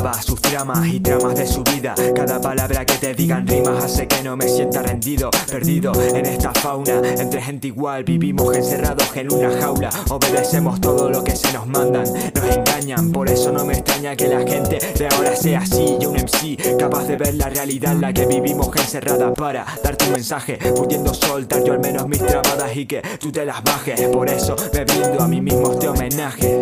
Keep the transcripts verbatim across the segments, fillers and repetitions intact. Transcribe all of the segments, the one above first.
graba sus tramas y tramas de su vida. Cada palabra que te digan rimas hace que no me sienta rendido, perdido en esta fauna. Entre gente igual vivimos encerrados en una jaula. Obedecemos todo lo que se nos mandan, nos engañan. Por eso no me extraña que la gente de ahora sea así. Yo un M C capaz de ver la realidad en la que vivimos encerrada, para darte un mensaje, pudiendo soltar yo al menos mis trabadas y que tú te las bajes. Por eso me brindo a mí mismo este homenaje.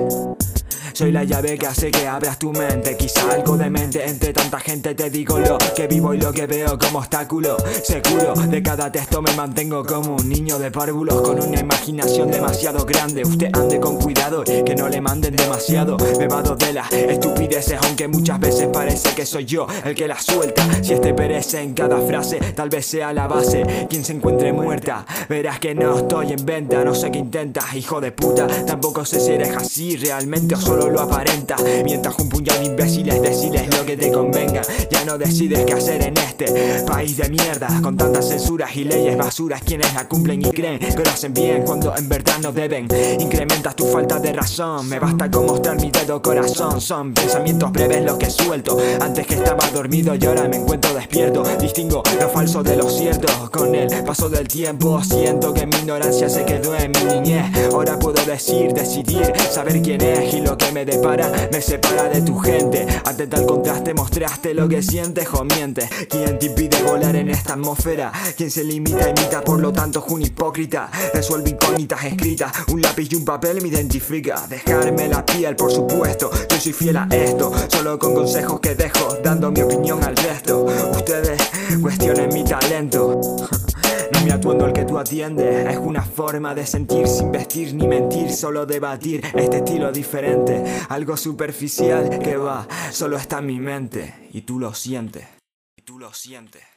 Soy la llave que hace que abras tu mente. Quizá algo de mente entre tanta gente. Te digo lo que vivo y lo que veo como obstáculo. Seguro de cada texto me mantengo como un niño de párvulos, con una imaginación demasiado grande. Usted ande con cuidado, que no le manden demasiado. Me vado de las estupideces, aunque muchas veces parece que soy yo el que las suelta. Si este perece en cada frase, tal vez sea la base. Quien se encuentre muerta, verás que no estoy en venta. No sé qué intentas, hijo de puta. Tampoco sé si eres así realmente o solo lo aparenta. Mientras un puñado de imbéciles decides lo que te convenga. Ya no decides qué hacer en este país de mierda, con tantas censuras y leyes basuras. Quienes la cumplen y creen que lo hacen bien cuando en verdad no deben. Incrementas tu falta de razón. Me basta con mostrar mi dedo corazón. Son pensamientos breves los que suelto. Antes que estaba dormido y ahora me encuentro despierto. Distingo lo falso de lo cierto. Con el paso del tiempo siento que mi ignorancia se quedó en mi niñez. Ahora puedo decir, decidir, saber quién es y lo que me depara, me separa de tu gente. Ante tal contraste mostraste lo que sientes o mientes. ¿Quién te impide volar en esta atmósfera? ¿Quién se limita a imitar, por lo tanto es un hipócrita? Resuelve incógnitas escritas, un lápiz y un papel me identifica. Dejarme la piel, por supuesto, yo soy fiel a esto, solo con consejos que dejo, dando mi opinión al resto. Ustedes cuestionen mi talento. No me atuendo el que tú atiendes, es una forma de sentir sin vestir ni mentir, solo debatir este estilo diferente. Algo superficial que va, solo está en mi mente y tú lo sientes, y tú lo sientes.